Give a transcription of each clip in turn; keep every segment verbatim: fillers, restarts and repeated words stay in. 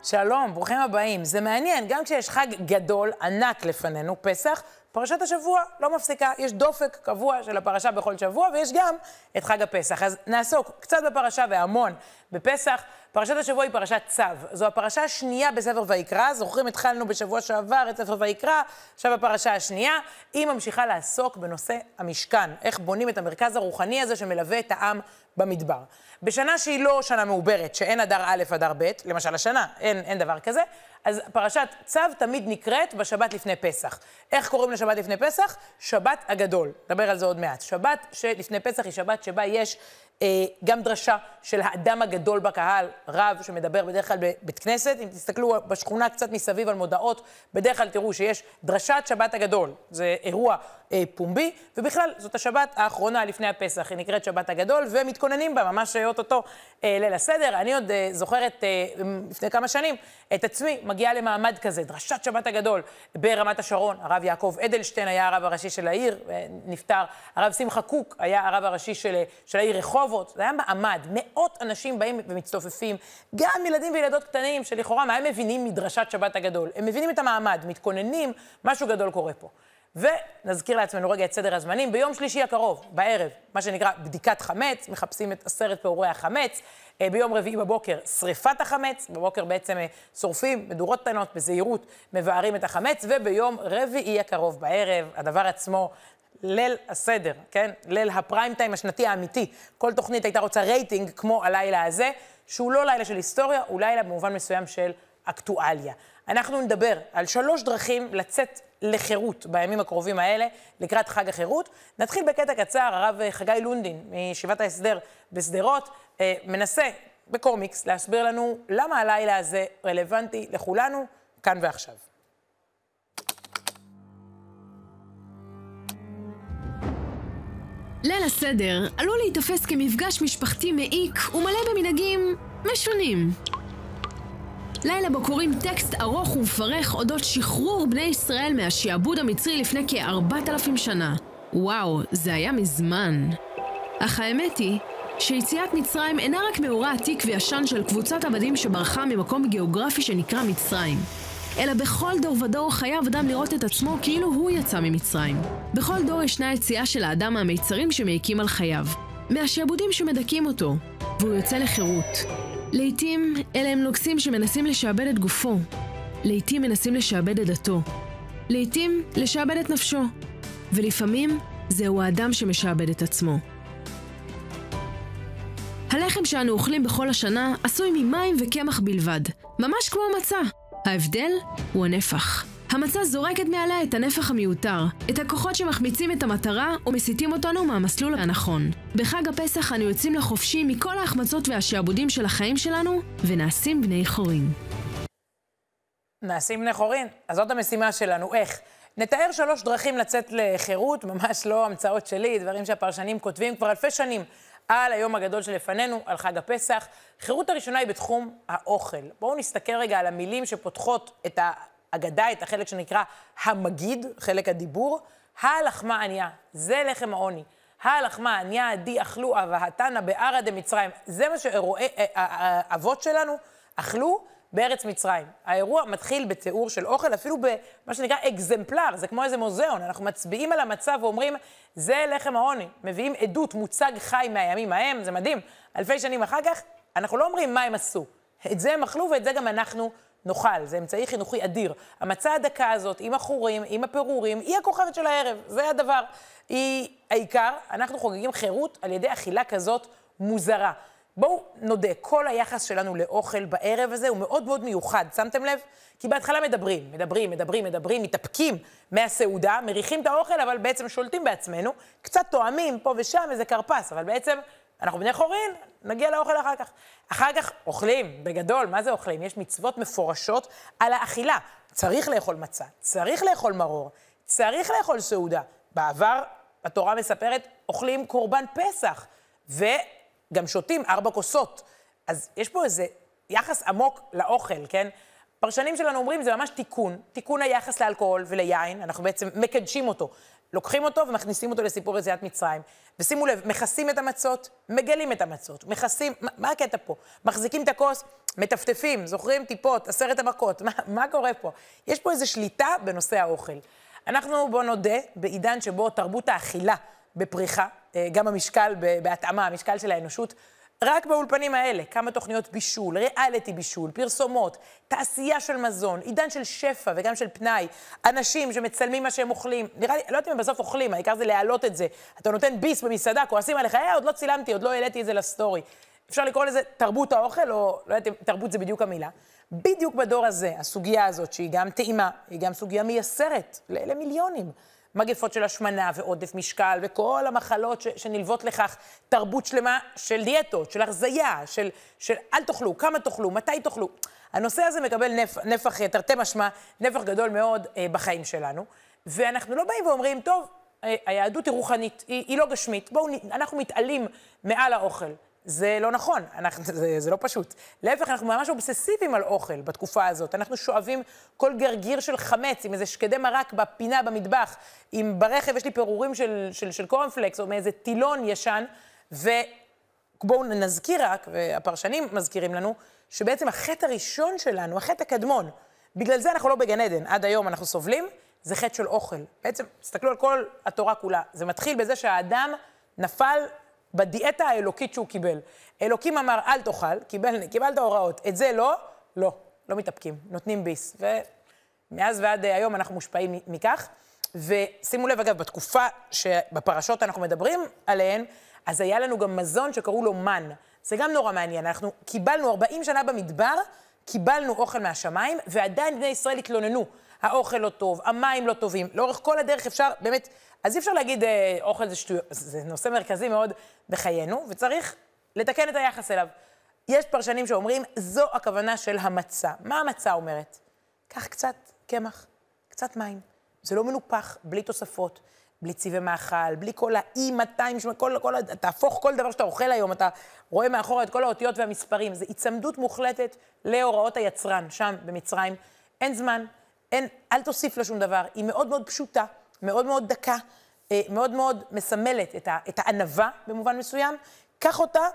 שלום, ברוכים הבאים. זה מעניין, גם כשיש חג גדול, ענק לפנינו, פסח, פרשת השבוע לא מפסיקה. יש דופק קבוע של הפרשה בכל שבוע, ויש גם את חג הפסח. אז נעסוק קצת בפרשה והמון בפסח. פרשת השבוע היא פרשת צו. זו הפרשה השנייה בספר ויקרא. זוכרים, התחלנו בשבוע שעבר את ספר ויקרא, עכשיו הפרשה השנייה. היא ממשיכה לעסוק בנושא המשכן, איך בונים את המרכז הרוחני הזה שמלווה את העם במדבר. בשנה שהיא לא שנה מעוברת, שאין אדר א' אדר ב', למשל השנה, אין, אין דבר כזה, אז פרשת צו תמיד נקראת בשבת לפני פסח. איך קוראים לשבת לפני פסח? שבת הגדול. נדבר על זה עוד מעט. שבת שלפני פסח היא שבת שבה יש אה, גם דרשה של האדם הגדול בקהל, רב שמדבר בדרך כלל בבית כנסת. אם תסתכלו בשכונה קצת מסביב על מודעות, בדרך כלל תראו שיש דרשת שבת הגדול. זה אירוע אה, פומבי, ובכלל זאת השבת האחרונה לפני הפסח. היא נקראת שבת הגדול, ומתכוננים בה ממש אותו אה, ליל הסדר. אני עוד אה, זוכרת אה, לפני כמה שנים את עצמי מגיעה למעמד כזה, דרשת שבת הגדול ברמת השרון. הרב יעקב אדלשטיין היה הרב הראשי של העיר, נפטר. הרב שמחה קוק היה הרב הראשי של, של העיר רחובות. זה היה מעמד, מאות אנשים באים ומצטופפים, גם ילדים וילדות קטנים שלכאורה מה הם מבינים מדרשת שבת הגדול. הם מבינים את המעמד, מתכוננים, משהו גדול קורה פה. ונזכיר לעצמנו רגע את סדר הזמנים, ביום שלישי הקרוב, בערב, מה שנקרא בדיקת חמץ, מחפשים את עשרת פעורי החמץ, ביום רביעי בבוקר שריפת החמץ, בבוקר בעצם שורפים מדורות קטנות בזהירות, מבארים את החמץ, וביום רביעי הקרוב בערב, הדבר עצמו, ליל הסדר, כן? ליל הפריים טיים השנתי האמיתי. כל תוכנית הייתה רוצה רייטינג כמו הלילה הזה, שהוא לא לילה של היסטוריה, הוא לילה במובן מסוים של אקטואליה. אנחנו נדבר על שלוש דרכים לצאת לחירות בימים הקרובים האלה, לקראת חג החירות. נתחיל בקטע קצר, הרב חגי לונדין מישיבת ההסדר בסדרות, מנסה בקומיקס להסביר לנו למה הלילה הזה רלוונטי לכולנו, כאן ועכשיו. ליל הסדר עלול להתאפס כמפגש משפחתי מעיק ומלא במנהגים משונים. לילה בו קוראים טקסט ארוך ומפרך אודות שחרור בני ישראל מהשעבוד המצרי לפני כארבעת אלפים שנה. וואו, זה היה מזמן. אך האמת היא שיציאת מצרים אינה רק מאורע עתיק וישן של קבוצת עבדים שברחה ממקום גיאוגרפי שנקרא מצרים, אלא בכל דור ודור חייב אדם לראות את עצמו כאילו הוא יצא ממצרים. בכל דור ישנה יציאה של האדם מהמיצרים שמעיקים על חייו, מהשעבודים שמדכאים אותו, והוא יוצא לחירות. לעתים אלה הם נוגסים שמנסים לשעבד את גופו, לעתים מנסים לשעבד את דתו, לעתים לשעבד את נפשו, ולפעמים זהו האדם שמשעבד את עצמו. הלחם שאנו אוכלים בכל השנה עשוי ממים וקמח בלבד, ממש כמו מצה. ההבדל הוא הנפח. המצה זורקת מעליה את הנפח המיותר, את הכוחות שמחמיצים את המטרה ומסיתים אותנו מהמסלול הנכון. בחג הפסח אנו יוצאים לחופשי מכל ההחמצות והשעבודים של החיים שלנו, ונעשים בני חורין. נעשים בני חורין? אז זאת המשימה שלנו. איך? נתאר שלוש דרכים לצאת לחירות, ממש לא המצאות שלי, דברים שהפרשנים כותבים כבר אלפי שנים על היום הגדול שלפנינו, על חג הפסח. חירות הראשונה היא בתחום האוכל. בואו נסתכל רגע על המילים שפותחות את האגדה, את החלק שנקרא המגיד, חלק הדיבור. הלחמה עניה, זה לחם העוני. הלחמה עניה, עדי אכלו אבהתנה בארץ דמצרים. זה מה שהאבות שלנו אכלו בארץ מצרים. האירוע מתחיל בתיאור של אוכל, אפילו במה שנקרא אקזמפלר, זה כמו איזה מוזיאון. אנחנו מצביעים על המצב ואומרים, זה לחם העוני. מביאים עדות, מוצג חי מהימים ההם, זה מדהים. אלפי שנים אחר כך, אנחנו לא אומרים מה הם עשו. את זה הם אכלו ואת זה גם אנחנו נאכל. זה אמצעי חינוכי אדיר. המצה הדקה הזאת, עם החורים, עם הפירורים, היא הכוכבת של הערב. זה הדבר. היא העיקר, אנחנו חוגגים חירות על ידי אכילה כזאת מוזרה. בואו נודה, כל היחס שלנו לאוכל בערב הזה הוא מאוד מאוד מיוחד, שמתם לב? כי בהתחלה מדברים, מדברים, מדברים, מדברים, מתאפקים מהסעודה, מריחים את האוכל, אבל בעצם שולטים בעצמנו, קצת תואמים פה ושם איזה קרפס, אבל בעצם אנחנו בני חורין, נגיע לאוכל אחר כך. אחר כך אוכלים, בגדול, מה זה אוכלים? יש מצוות מפורשות על האכילה. צריך לאכול מצה, צריך לאכול מרור, צריך לאכול סעודה. בעבר, התורה מספרת, אוכלים קורבן פסח, ו... גם שותים ארבע כוסות. אז יש פה איזה יחס עמוק לאוכל, כן? פרשנים שלנו אומרים, זה ממש תיקון, תיקון היחס לאלכוהול וליין, אנחנו בעצם מקדשים אותו. לוקחים אותו ומכניסים אותו לסיפור יציאת מצרים. ושימו לב, מכסים את המצות, מגלים את המצות, מכסים, מה, מה הקטע פה? מחזיקים את הכוס, מטפטפים, זוכרים טיפות, עשרת המכות, מה, מה קורה פה? יש פה איזו שליטה בנושא האוכל. אנחנו, בוא נודה, בעידן שבו תרבות האכילה בפריחה, גם המשקל, בהתאמה, המשקל של האנושות, רק באולפנים האלה, כמה תוכניות בישול, ריאליטי בישול, פרסומות, תעשייה של מזון, עידן של שפע וגם של פנאי, אנשים שמצלמים מה שהם אוכלים, נראה לי, לא יודעת אם הם בסוף אוכלים, העיקר זה להעלות את זה. אתה נותן ביס במסעדה, כועסים עליך, אה, עוד לא צילמתי, עוד לא העליתי את זה לסטורי. אפשר לקרוא לזה תרבות האוכל, או לא יודעת אם תרבות זה בדיוק המילה. בדיוק בדור הזה, הסוגיה הזאת, שהיא גם טעימה, היא גם סוגיה מייסרת למיליונים. מגפות של השמנה ועודף משקל וכל המחלות ש, שנלוות לכך, תרבות שלמה של דיאטות, של הרזייה, של, של אל תאכלו, כמה תאכלו, מתי תאכלו. הנושא הזה מקבל נפ, נפח, תרתי משמע, נפח גדול מאוד אה, בחיים שלנו, ואנחנו לא באים ואומרים, טוב, אה, היהדות היא רוחנית, היא, היא לא גשמית, בואו, אנחנו מתעלים מעל האוכל. זה לא נכון, אנחנו, זה, זה לא פשוט. להפך, אנחנו ממש אובססיביים על אוכל בתקופה הזאת. אנחנו שואבים כל גרגיר של חמץ, עם איזה שקדי מרק בפינה, במטבח, עם ברכב יש לי פירורים של, של, של קורנפלקס, או מאיזה טילון ישן, ובואו נזכיר רק, והפרשנים מזכירים לנו, שבעצם החטא הראשון שלנו, החטא הקדמון, בגלל זה אנחנו לא בגן עדן, עד היום אנחנו סובלים, זה חטא של אוכל. בעצם, תסתכלו על כל התורה כולה. זה מתחיל בזה שהאדם נפל בדיאטה האלוקית שהוא קיבל. אלוקים אמר, אל תאכל, קיבל, קיבלת הוראות. את זה לא, לא, לא מתאפקים, נותנים ביס. ומאז ועד היום אנחנו מושפעים מכך. ושימו לב, אגב, בתקופה שבפרשות אנחנו מדברים עליהן, אז היה לנו גם מזון שקראו לו מן. זה גם נורא מעניין. אנחנו קיבלנו ארבעים שנה במדבר, קיבלנו אוכל מהשמיים, ועדיין בני ישראל התלוננו. האוכל לא טוב, המים לא טובים. לאורך כל הדרך אפשר, באמת, אז אי אפשר להגיד, אה, אוכל זה שטויות. זה נושא מרכזי מאוד בחיינו, וצריך לתקן את היחס אליו. יש פרשנים שאומרים, זו הכוונה של המצה. מה המצה אומרת? קח קצת קמח, קצת מים. זה לא מנופח, בלי תוספות, בלי צבעי מאכל, בלי כל ה-אי מאתיים, כל, כל, תהפוך כל דבר שאתה אוכל היום, אתה רואה מאחורה את כל האותיות והמספרים. זה הצמדות מוחלטת להוראות היצרן, שם במצרים. אין זמן, אין, אל תוסיף לה שום דבר. היא מאוד מאוד פשוטה, מאוד מאוד דקה, מאוד מאוד מסמלת את, ה, את הענווה במובן מסוים. קח אותה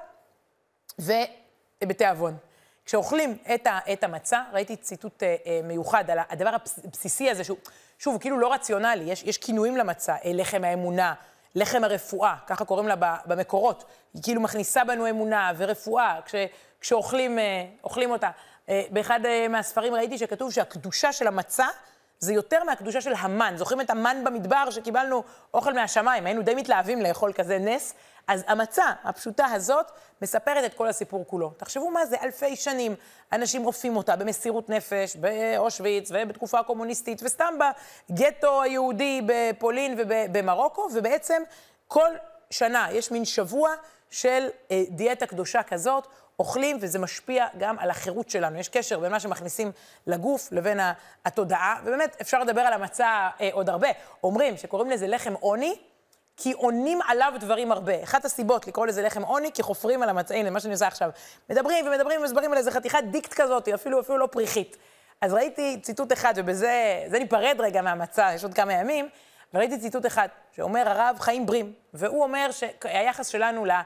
ובתיאבון. כשאוכלים את, ה, את המצה, ראיתי ציטוט אה, מיוחד על הדבר הבסיסי הזה, שהוא, שוב, הוא כאילו לא רציונלי, יש, יש כינויים למצה, אה, לחם האמונה, לחם הרפואה, ככה קוראים לה במקורות, היא כאילו מכניסה בנו אמונה ורפואה, כש, כשאוכלים אה, אוכלים אותה. אה, באחד אה, מהספרים ראיתי שכתוב שהקדושה של המצה, זה יותר מהקדושה של המן. זוכרים את המן במדבר שקיבלנו אוכל מהשמיים, היינו די מתלהבים לאכול כזה נס, אז המצה הפשוטה הזאת מספרת את כל הסיפור כולו. תחשבו מה זה, אלפי שנים אנשים אופים אותה במסירות נפש, באושוויץ ובתקופה הקומוניסטית, וסתם בגטו היהודי בפולין ובמרוקו, ובעצם כל שנה יש מין שבוע של דיאטה קדושה כזאת, אוכלים, וזה משפיע גם על החירות שלנו. יש קשר בין מה שמכניסים לגוף לבין התודעה, ובאמת אפשר לדבר על המצה אה, עוד הרבה. אומרים שקוראים לזה לחם עוני, כי עונים עליו דברים הרבה. אחת הסיבות לקרוא לזה לחם עוני, כי חופרים על המצה, הנה, מה שאני עושה עכשיו. מדברים ומדברים ומסברים על איזה חתיכת דיקט כזאת, אפילו, אפילו לא פריחית. אז ראיתי ציטוט אחד, ובזה זה ניפרד רגע מהמצה, יש עוד כמה ימים, וראיתי ציטוט אחד, שאומר הרב חיים ברים, והוא אומר שהיחס שלנו ל...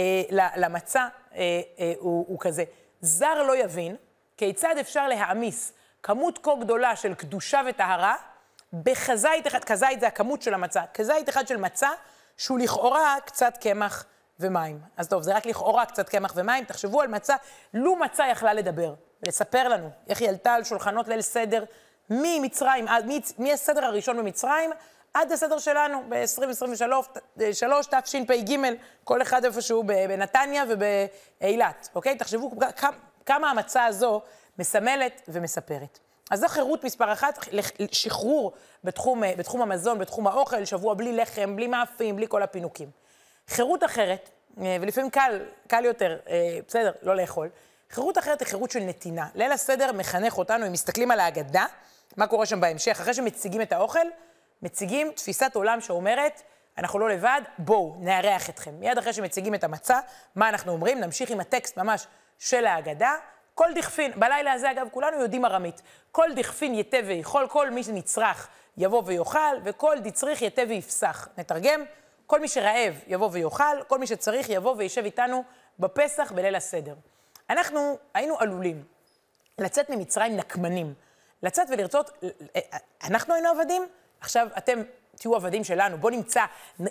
למצה הוא, הוא כזה. זר לא יבין כיצד אפשר להעמיס כמות כה גדולה של קדושה וטהרה בחזית אחד, כזית זה הכמות של המצה, כזית אחד של מצה שהוא לכאורה קצת קמח ומים. אז טוב, זה רק לכאורה קצת קמח ומים. תחשבו על מצה, לו מצה יכלה לדבר, לספר לנו איך היא עלתה על שולחנות ליל סדר ממצרים, מהסדר הראשון במצרים, עד הסדר שלנו, ב-עשרים עשרים ושלוש, תשפ"ג, כל אחד איפשהו בנתניה ובאילת, אוקיי? תחשבו כמה המצה הזו מסמלת ומספרת. אז זו חירות מספר אחת, שחרור בתחום, בתחום המזון, בתחום האוכל, שבוע בלי לחם, בלי מאפים, בלי כל הפינוקים. חירות אחרת, ולפעמים קל, קל יותר, בסדר, לא לאכול, חירות אחרת היא חירות של נתינה. ליל הסדר מחנך אותנו, אם מסתכלים על ההגדה, מה קורה שם בהמשך, אחרי שמציגים את האוכל, מציגים תפיסת עולם שאומרת, אנחנו לא לבד, בואו, נארח אתכם. מיד אחרי שמציגים את המצה, מה אנחנו אומרים? נמשיך עם הטקסט ממש של ההגדה, כל דכפין, בלילה הזה אגב כולנו יודעים ארמית, כל דכפין יתה ויכול, כל מי שנצרך יבוא ויאכל, וכל דצריך יתה ויפסח. נתרגם, כל מי שרעב יבוא ויאכל, כל מי שצריך יבוא וישב איתנו בפסח בליל הסדר. אנחנו היינו עלולים לצאת ממצרים נקמנים, לצאת ולרצות, אנחנו היינו עבדים, עכשיו אתם תהיו עבדים שלנו, בוא נמצא,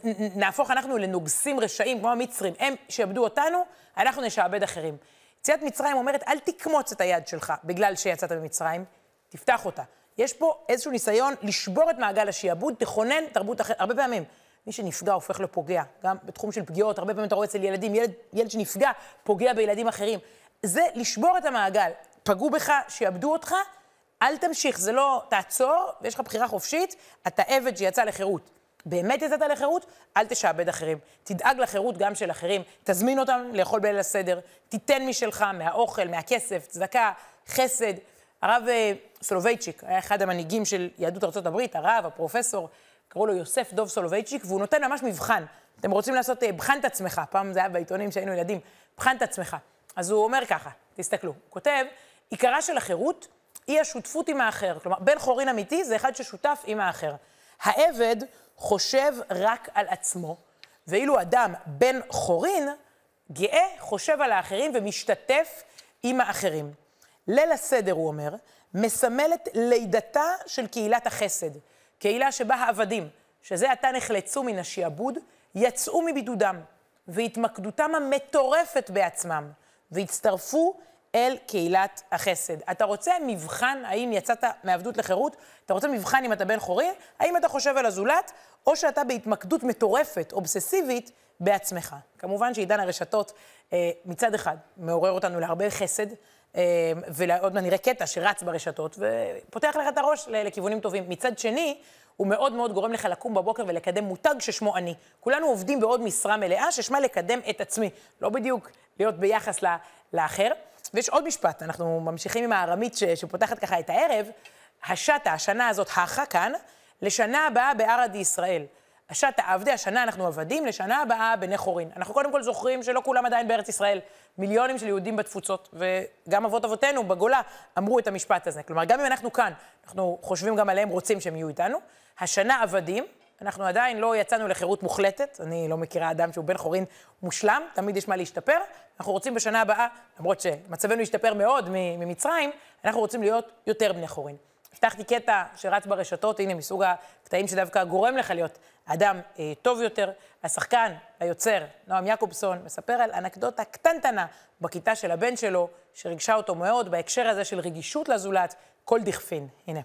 נהפוך אנחנו לנוגסים רשעים כמו המצרים, הם שיעבדו אותנו, אנחנו נשעבד אחרים. יציאת מצרים אומרת, אל תקמוץ את היד שלך בגלל שיצאת ממצרים, תפתח אותה. יש פה איזשהו ניסיון לשבור את מעגל השיעבוד, תכונן תרבות אחרת, הרבה פעמים. מי שנפגע הופך לפוגע, גם בתחום של פגיעות, הרבה פעמים אתה רואה אצל ילדים, ילד, ילד שנפגע פוגע בילדים אחרים. זה לשבור את המעגל, פגעו בך, שיעבדו אותך, אל תמשיך, זה לא תעצור, ויש לך בחירה חופשית, אתה עבד שיצא לחירות. באמת יצאת לחירות, אל תשעבד אחרים. תדאג לחירות גם של אחרים, תזמין אותם לאכול בליל הסדר, תיתן משלך, מהאוכל, מהכסף, צדקה, חסד. הרב סולובייצ'יק היה אחד המנהיגים של יהדות ארצות הברית, הרב, הפרופסור, קראו לו יוסף דוב סולובייצ'יק, והוא נותן ממש מבחן. אתם רוצים לעשות, בחן את עצמך, פעם זה היה בעיתונים שהיינו ילדים, בחן את עצמך. אז הוא אומר ככה, תסתכלו, הוא כותב, עיקרה של החירות היא השותפות עם האחר. כלומר, בן חורין אמיתי זה אחד ששותף עם האחר. העבד חושב רק על עצמו, ואילו אדם בן חורין גאה חושב על האחרים ומשתתף עם האחרים. ליל הסדר, הוא אומר, מסמלת לידתה של קהילת החסד. קהילה שבה העבדים, שזה עתה נחלצו מן השיעבוד, יצאו מבידודם, והתמקדותם המטורפת בעצמם, והצטרפו אל קהילת החסד. אתה רוצה מבחן האם יצאת מעבדות לחירות? אתה רוצה מבחן אם אתה בן חורין? האם אתה חושב על הזולת? או שאתה בהתמקדות מטורפת, אובססיבית, בעצמך. כמובן שעידן הרשתות אה, מצד אחד מעורר אותנו להרבה חסד, אה, ועוד נראה קטע שרץ ברשתות, ופותח לך את הראש לכיוונים טובים. מצד שני, הוא מאוד מאוד גורם לך לקום בבוקר ולקדם מותג ששמו אני. כולנו עובדים בעוד משרה מלאה ששמה לקדם את עצמי. לא בדיוק להיות ביחס לה, לאחר. ויש עוד משפט, אנחנו ממשיכים עם הארמית ש, שפותחת ככה את הערב, השתה, השנה הזאת, הכה כאן, לשנה הבאה בערד ישראל. השתה, עבדי השנה אנחנו עבדים, לשנה הבאה בני חורין. אנחנו קודם כל זוכרים שלא כולם עדיין בארץ ישראל, מיליונים של יהודים בתפוצות, וגם אבות אבותינו בגולה אמרו את המשפט הזה. כלומר, גם אם אנחנו כאן, אנחנו חושבים גם עליהם, רוצים שהם יהיו איתנו. השנה עבדים, אנחנו עדיין לא יצאנו לחירות מוחלטת, אני לא מכירה אדם שהוא בן חורין מושלם, תמיד יש מה להשתפר. אנחנו רוצים בשנה הבאה, למרות שמצבנו ישתפר מאוד ממצרים, אנחנו רוצים להיות יותר בני חורין. הבטחתי קטע שרץ ברשתות, הנה מסוג הקטעים שדווקא גורם לך להיות אדם אה, טוב יותר. השחקן, היוצר, נועם יעקובסון, מספר על אנקדוטה קטנטנה בכיתה של הבן שלו, שרגשה אותו מאוד בהקשר הזה של רגישות לזולת, כל דכפין. הנה.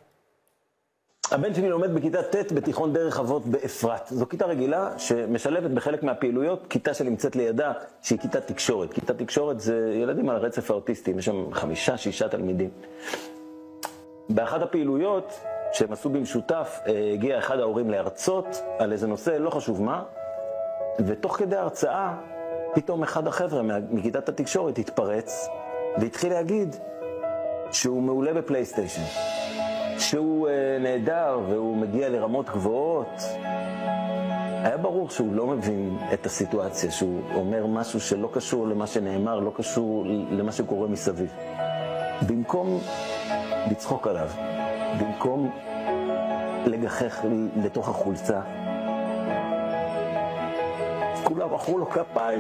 הבן שלי לומד בכיתה ט' בתיכון דרך אבות באפרת. זו כיתה רגילה שמשלבת בחלק מהפעילויות כיתה שנמצאת לידה, שהיא כיתת תקשורת. כיתת תקשורת זה ילדים על הרצף האוטיסטי, יש שם חמישה, שישה תלמידים. באחת הפעילויות שהם עשו במשותף, הגיע אחד ההורים להרצות על איזה נושא, לא חשוב מה, ותוך כדי ההרצאה, פתאום אחד החבר'ה מכיתת התקשורת התפרץ, והתחיל להגיד שהוא מעולה בפלייסטיישן. שהוא נהדר והוא מגיע לרמות גבוהות. היה ברור שהוא לא מבין את הסיטואציה, שהוא אומר משהו שלא קשור למה שנאמר, לא קשור למה שקורה מסביב. במקום לצחוק עליו, במקום לגחך לתוך החולצה, כולם בחרו לו כפיים.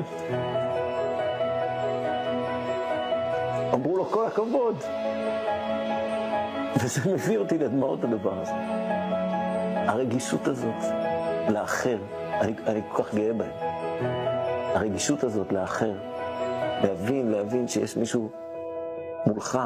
אמרו לו כל הכבוד. וזה מביא אותי לדמעות הדבר הזה. הרגישות הזאת לאחר, אני, אני כל כך גאה בהם. הרגישות הזאת לאחר, להבין, להבין שיש מישהו מולך,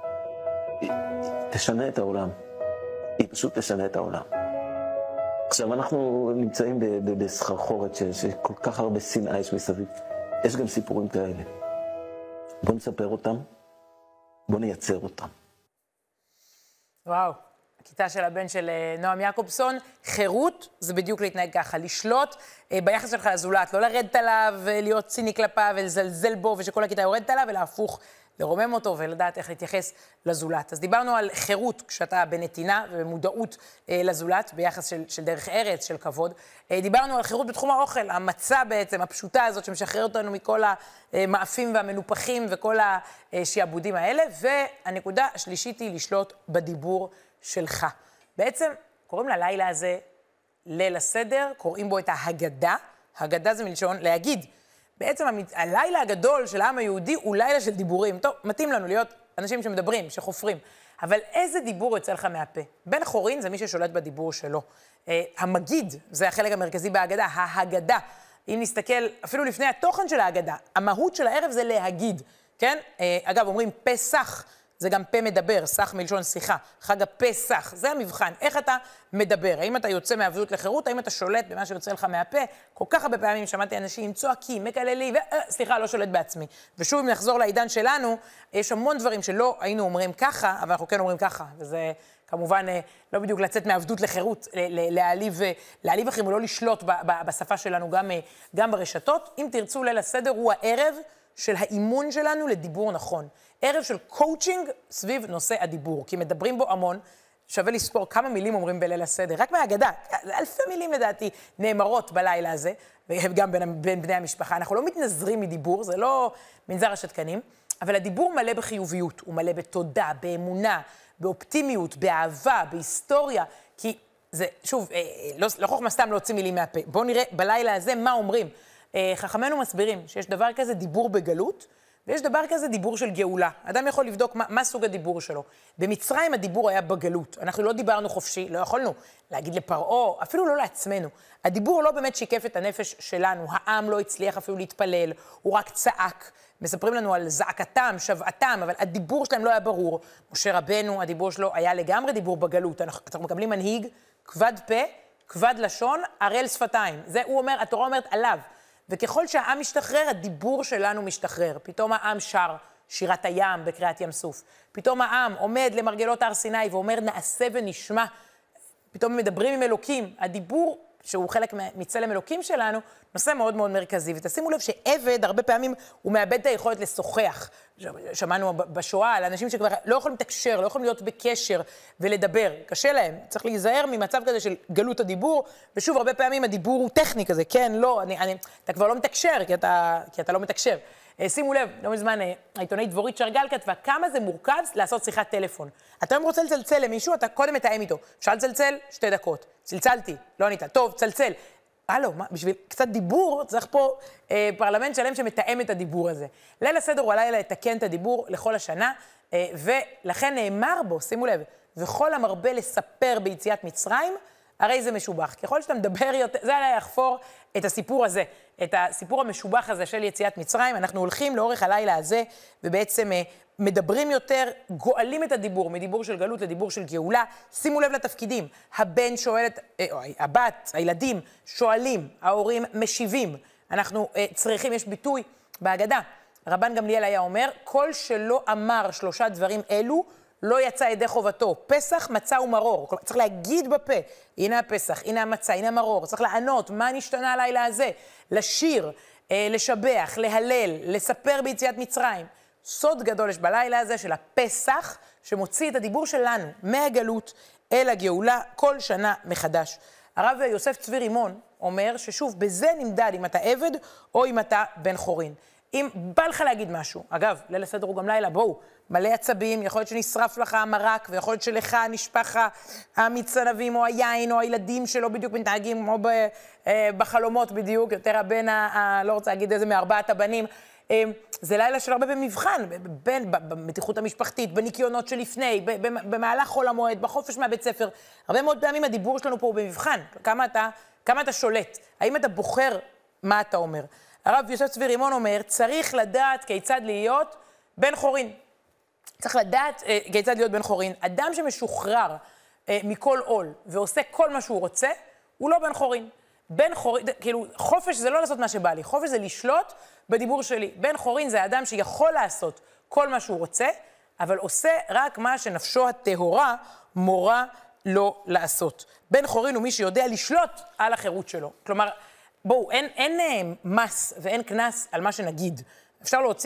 תשנה את העולם. היא פשוט תשנה את העולם. עכשיו אנחנו נמצאים בסחרחורת שכל כך הרבה שנאה יש מסביב. יש גם סיפורים כאלה. בוא נספר אותם, בוא נייצר אותם. וואו, הכיתה של הבן של נועם יעקובסון, חירות זה בדיוק להתנהג ככה, לשלוט ביחס שלך לזולת, לא לרדת עליו ולהיות ציני כלפיו ולזלזל בו ושכל הכיתה יורדת עליו, אלא הפוך, לרומם אותו ולדעת איך להתייחס לזולת. אז דיברנו על חירות כשאתה בנתינה ובמודעות אה, לזולת, ביחס של, של דרך ארץ, של כבוד. אה, דיברנו על חירות בתחום האוכל, המצה בעצם, הפשוטה הזאת שמשחרר אותנו מכל המאפים והמנופחים וכל השעבודים האלה. והנקודה השלישית היא לשלוט בדיבור שלך. בעצם קוראים ללילה הזה ליל הסדר, קוראים בו את ההגדה. הגדה זה מלשון להגיד. בעצם הלילה הגדול של העם היהודי הוא לילה של דיבורים. טוב, מתאים לנו להיות אנשים שמדברים, שחופרים. אבל איזה דיבור יוצא לך מהפה? בן חורין זה מי ששולט בדיבור שלו. אה, המגיד, זה החלק המרכזי בהגדה, ההגדה. אם נסתכל אפילו לפני התוכן של ההגדה, המהות של הערב זה להגיד, כן? אה, אגב, אומרים פסח, זה גם פה מדבר, סך מלשון שיחה, חג הפסח, זה המבחן. איך אתה מדבר? האם אתה יוצא מעבדות לחירות? האם אתה שולט במה שיוצא לך מהפה? כל כך הרבה פעמים שמעתי אנשים צועקים, מקללים, ו... סליחה, לא שולט בעצמי. ושוב, אם נחזור לעידן שלנו, יש המון דברים שלא היינו אומרים ככה, אבל אנחנו כן אומרים ככה. וזה כמובן לא בדיוק לצאת מעבדות לחירות, להעליב, להעליב אחרים ולא לשלוט בשפה שלנו גם, גם ברשתות. אם תרצו, ליל הסדר הוא הערב של האימון שלנו לדיבור נכון. ערב של קואוצ'ינג סביב נושא הדיבור, כי מדברים בו המון, שווה לספור כמה מילים אומרים בליל הסדר, רק מהאגדה, אלפי מילים לדעתי נאמרות בלילה הזה, וגם בין, בין בני המשפחה. אנחנו לא מתנזרים מדיבור, זה לא מנזר השתקנים, אבל הדיבור מלא בחיוביות, הוא מלא בתודה, באמונה, באופטימיות, באהבה, בהיסטוריה, כי זה, שוב, לא, לא חוכמה סתם להוציא מילים מהפה. בואו נראה בלילה הזה מה אומרים. חכמינו מסבירים שיש דבר כזה דיבור בגלות, ויש דבר כזה דיבור של גאולה. אדם יכול לבדוק מה, מה סוג הדיבור שלו. במצרים הדיבור היה בגלות. אנחנו לא דיברנו חופשי, לא יכולנו להגיד לפרעה, אפילו לא לעצמנו. הדיבור לא באמת שיקף את הנפש שלנו. העם לא הצליח אפילו להתפלל, הוא רק צעק. מספרים לנו על זעקתם, שבעתם, אבל הדיבור שלהם לא היה ברור. משה רבנו, הדיבור שלו היה לגמרי דיבור בגלות. אנחנו מקבלים מנהיג, כבד פה, כבד לשון, ערל שפתיים. זה הוא אומר, התורה אומרת עליו. וככל שהעם משתחרר, הדיבור שלנו משתחרר. פתאום העם שר שירת הים בקריאת ים סוף. פתאום העם עומד למרגלות הר סיני ואומר נעשה ונשמע. פתאום מדברים עם אלוקים. הדיבור, שהוא חלק מצלם אלוקים שלנו, נושא מאוד מאוד מרכזי. ותשימו לב שעבד, הרבה פעמים הוא מאבד את היכולת לשוחח. שמענו בשואה על אנשים שכבר לא יכולים לתקשר, לא יכולים להיות בקשר ולדבר. קשה להם. צריך להיזהר ממצב כזה של גלות הדיבור, ושוב, הרבה פעמים הדיבור הוא טכני כזה. כן, לא, אני, אני, אתה כבר לא מתקשר, כי אתה, כי אתה לא מתקשר. שימו לב, לא מזמן, העיתונאית דבורית שרגל כתבה, כמה זה מורכב לעשות שיחת טלפון. אתה אם רוצה לצלצל למישהו, אתה קודם מתאם איתו. אפשר לצלצל? שתי דקות. צלצלתי, לא ענית. טוב, צלצל. הלו, מה, בשביל קצת דיבור, צריך פה אה, פרלמנט שלם שמתאם את הדיבור הזה. ליל הסדר הוא הלילה לתקן את הדיבור לכל השנה, אה, ולכן נאמר בו, שימו לב, וכל המרבה לספר ביציאת מצרים, הרי זה משובח. ככל שאתה מדבר יותר, זה היה לחפור את הסיפור הזה, את הסיפור המשובח הזה של יציאת מצרים. אנחנו הולכים לאורך הלילה הזה, ובעצם אה, מדברים יותר, גואלים את הדיבור, מדיבור של גלות לדיבור של גאולה. שימו לב לתפקידים. הבן שואל את, אה, הבת, הילדים שואלים, ההורים משיבים. אנחנו אה, צריכים, יש ביטוי בהגדה. רבן גמליאל היה אומר, כל שלא אמר שלושה דברים אלו, לא יצא ידי חובתו. פסח, מצה ומרור. צריך להגיד בפה, הנה הפסח, הנה המצה, הנה המרור. צריך לענות, מה נשתנה הלילה הזה? לשיר, אה, לשבח, להלל, לספר ביציאת מצרים. סוד גדול יש בלילה הזה של הפסח, שמוציא את הדיבור שלנו מהגלות אל הגאולה כל שנה מחדש. הרב יוסף צבי רימון אומר ששוב, בזה נמדד אם אתה עבד או אם אתה בן חורין. אם בא לך להגיד משהו, אגב, ליל הסדר הוא גם לילה, בואו, מלא עצבים, יכול להיות שנשרף לך המרק, ויכול להיות שלך נשפך המיץ ענבים או היין או הילדים שלא בדיוק מתנהגים, או בחלומות בדיוק, יותר הבן, ה, לא רוצה להגיד איזה מארבעת הבנים, זה לילה של הרבה במבחן, בין, במתיחות המשפחתית, בניקיונות שלפני, במהלך חול המועד, בחופש מהבית ספר. הרבה מאוד פעמים הדיבור שלנו פה הוא במבחן. כמה אתה, כמה אתה שולט? האם אתה בוחר מה אתה אומר? הרב יוסף צבי רימון אומר, צריך לדעת כיצד להיות בן חורין. צריך לדעת אה, כיצד להיות בן חורין. אדם שמשוחרר אה, מכל עול ועושה כל מה שהוא רוצה, הוא לא בן חורין. בן חורין, כאילו, חופש זה לא לעשות מה שבא לי, חופש זה לשלוט בדיבור שלי. בן חורין זה אדם שיכול לעשות כל מה שהוא רוצה, אבל עושה רק מה שנפשו הטהורה מורה לא לעשות. בן חורין הוא מי שיודע לשלוט על החירות שלו. כלומר, בואו, אין, אין מס ואין כנס על מה שנגיד. אפשר להוציא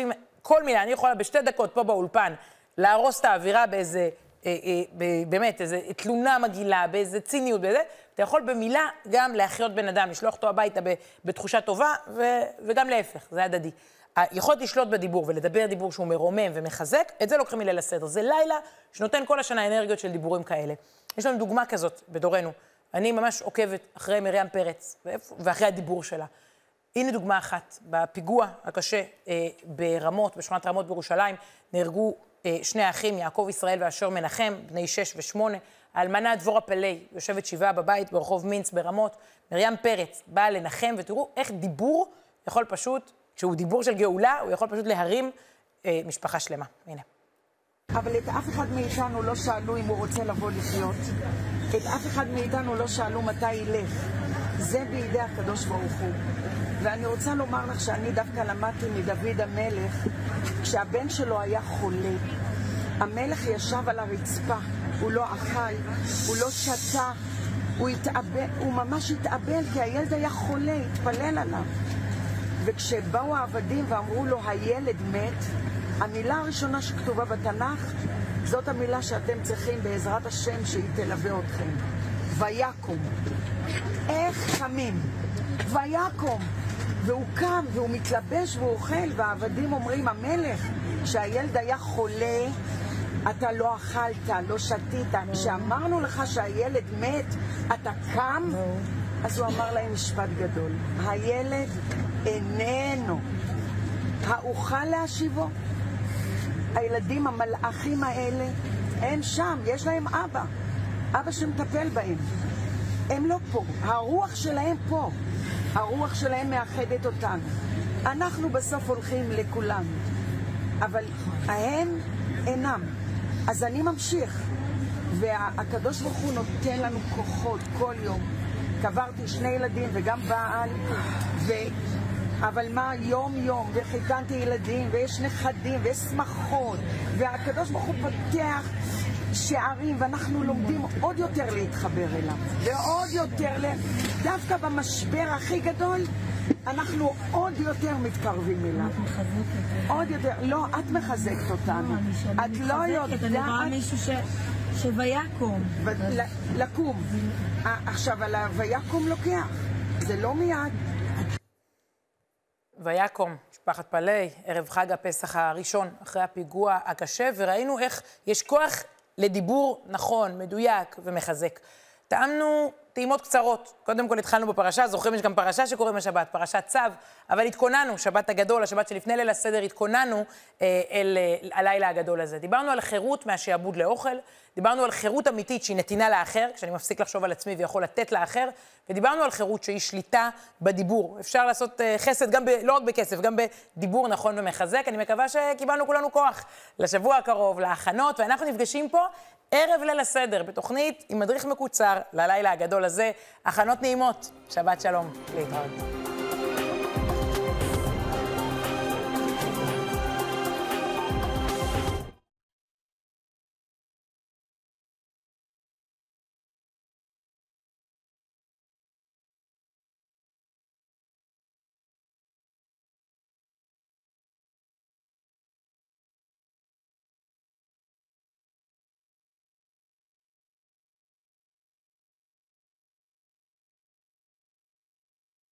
כל מילה, אני יכולה בשתי דקות פה באולפן, להרוס את האווירה באיזה, אה, אה, באמת, איזה תלונה מגעילה, באיזה ציניות, באיזה, אתה יכול במילה גם להחיות בן אדם, לשלוח אותו הביתה בתחושה טובה, ו, וגם להפך, זה הדדי. היכולת לשלוט בדיבור ולדבר דיבור שהוא מרומם ומחזק, את זה לוקחים מליל הסדר. זה לילה שנותן כל השנה אנרגיות של דיבורים כאלה. יש לנו דוגמה כזאת בדורנו. אני ממש עוקבת אחרי מרים פרץ, ואחרי הדיבור שלה. הנה דוגמה אחת. בפיגוע הקשה אה, ברמות, בשכונת רמות בירושלים, נהרגו אה, שני האחים, יעקב ישראל ואשר מנחם, בני שש ושמונה. האלמנה דבורה פלי, יושבת שבעה בבית ברחוב מינץ ברמות. מרים פרץ באה לנחם, ותראו איך דיבור יכול פשוט, כשהוא דיבור של גאולה, הוא יכול פשוט להרים אה, משפחה שלמה. הנה. אבל את אף אחד מאיתנו לא שאלו אם הוא רוצה לבוא לחיות. את אף אחד מאיתנו לא שאלו מתי ילך. זה בידי הקדוש ברוך הוא. ואני רוצה לומר לך שאני דווקא למדתי מדוד המלך, כשהבן שלו היה חולה. המלך ישב על הרצפה, הוא לא אכל, הוא לא שתה, הוא, התאבל, הוא ממש התאבל כי הילד היה חולה, התפלל עליו. וכשבאו העבדים ואמרו לו, הילד מת, המילה הראשונה שכתובה בתנ"ך, זאת המילה שאתם צריכים בעזרת השם שהיא תלווה אתכם. ויקום. איך קמים? ויקום. והוא קם והוא מתלבש והוא אוכל, והעבדים אומרים, המלך, כשהילד היה חולה, אתה לא אכלת, לא שתית. כשאמרנו לך שהילד מת, אתה קם? אז הוא אמר להם משפט גדול. הילד איננו. האוכל להשיבו? הילדים המלאכים האלה, הם שם, יש להם אבא. אבא שמטפל בהם. הם לא פה. הרוח שלהם פה. הרוח שלהם מאחדת אותנו. אנחנו בסוף הולכים לכולם. אבל הם אינם. אז אני ממשיך. והקדוש ברוך הוא נותן לנו כוחות כל יום. קברתי שני ילדים וגם בעל, ו... אבל מה, יום יום, וחיתנתי ילדים, ויש נכדים, ויש שמחות, והקדוש ברוך הוא פותח שערים, ואנחנו לומדים עוד יותר להתחבר אליו, ועוד יותר, דווקא במשבר הכי גדול, אנחנו עוד יותר מתקרבים אליו. את מחזקת. עוד יותר, לא, את מחזקת אותנו. את לא יודעת. אני רואה מישהו ש... שויקום. לקום. עכשיו, על הויקום לוקח. זה לא מיד. ויקום, משפחת פלי, ערב חג הפסח הראשון, אחרי הפיגוע הקשה, וראינו איך יש כוח לדיבור נכון, מדויק ומחזק. טעמנו טעימות קצרות. קודם כל התחלנו בפרשה, זוכרים יש גם פרשה שקוראים בשבת, פרשת צו, אבל התכוננו, שבת הגדול, השבת שלפני ליל הסדר, התכוננו אה, אל אה, הלילה הגדול הזה. דיברנו על חירות מהשעבוד לאוכל, דיברנו על חירות אמיתית שהיא נתינה לאחר, כשאני מפסיק לחשוב על עצמי ויכול לתת לאחר, ודיברנו על חירות שהיא שליטה בדיבור. אפשר לעשות אה, חסד גם ב, לא רק בכסף, גם בדיבור נכון ומחזק. אני מקווה שקיבלנו כולנו כוח לשבוע הקרוב, להכנות, ואנחנו נפגשים פה ערב ליל הסדר, בתוכנית עם מדריך מקוצר ללילה הגדול הזה. הכנות נעימות. שבת שלום. להתראות.